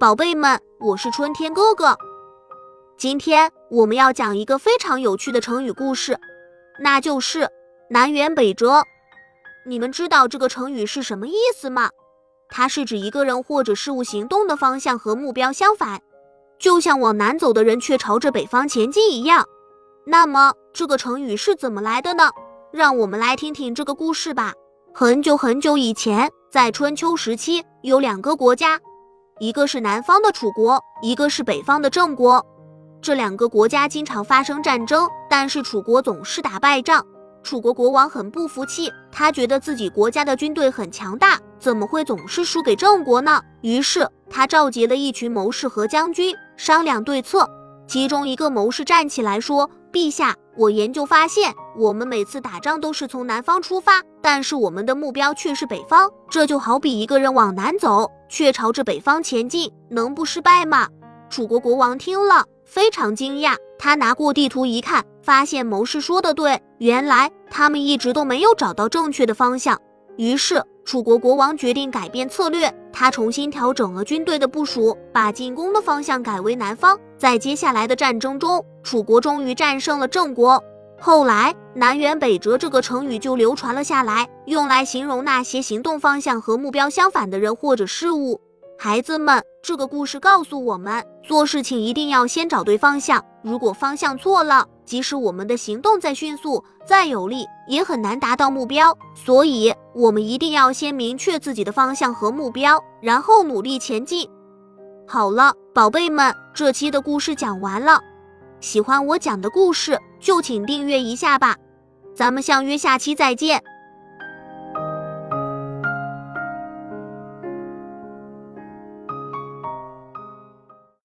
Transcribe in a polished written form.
宝贝们，我是春天哥哥。今天我们要讲一个非常有趣的成语故事，那就是南辕北辙。你们知道这个成语是什么意思吗？它是指一个人或者事物行动的方向和目标相反，就像往南走的人却朝着北方前进一样。那么这个成语是怎么来的呢？让我们来听听这个故事吧。很久很久以前，在春秋时期，有两个国家，一个是南方的楚国，一个是北方的郑国。这两个国家经常发生战争，但是楚国总是打败仗。楚国国王很不服气，他觉得自己国家的军队很强大，怎么会总是输给郑国呢？于是他召集了一群谋士和将军商量对策。其中一个谋士站起来说，陛下，我研究发现，我们每次打仗都是从南方出发，但是我们的目标却是北方，这就好比一个人往南走，却朝着北方前进，能不失败吗？楚国国王听了非常惊讶，他拿过地图一看，发现谋士说的对，原来他们一直都没有找到正确的方向。于是楚国国王决定改变策略，他重新调整了军队的部署，把进攻的方向改为南方。在接下来的战争中，楚国终于战胜了郑国。后来南辕北辙这个成语就流传了下来，用来形容那些行动方向和目标相反的人或者事物。孩子们，这个故事告诉我们，做事情一定要先找对方向，如果方向错了，即使我们的行动再迅速再有力，也很难达到目标。所以我们一定要先明确自己的方向和目标，然后努力前进。好了，宝贝们，这期的故事讲完了。喜欢我讲的故事，就请订阅一下吧。咱们相约下期再见。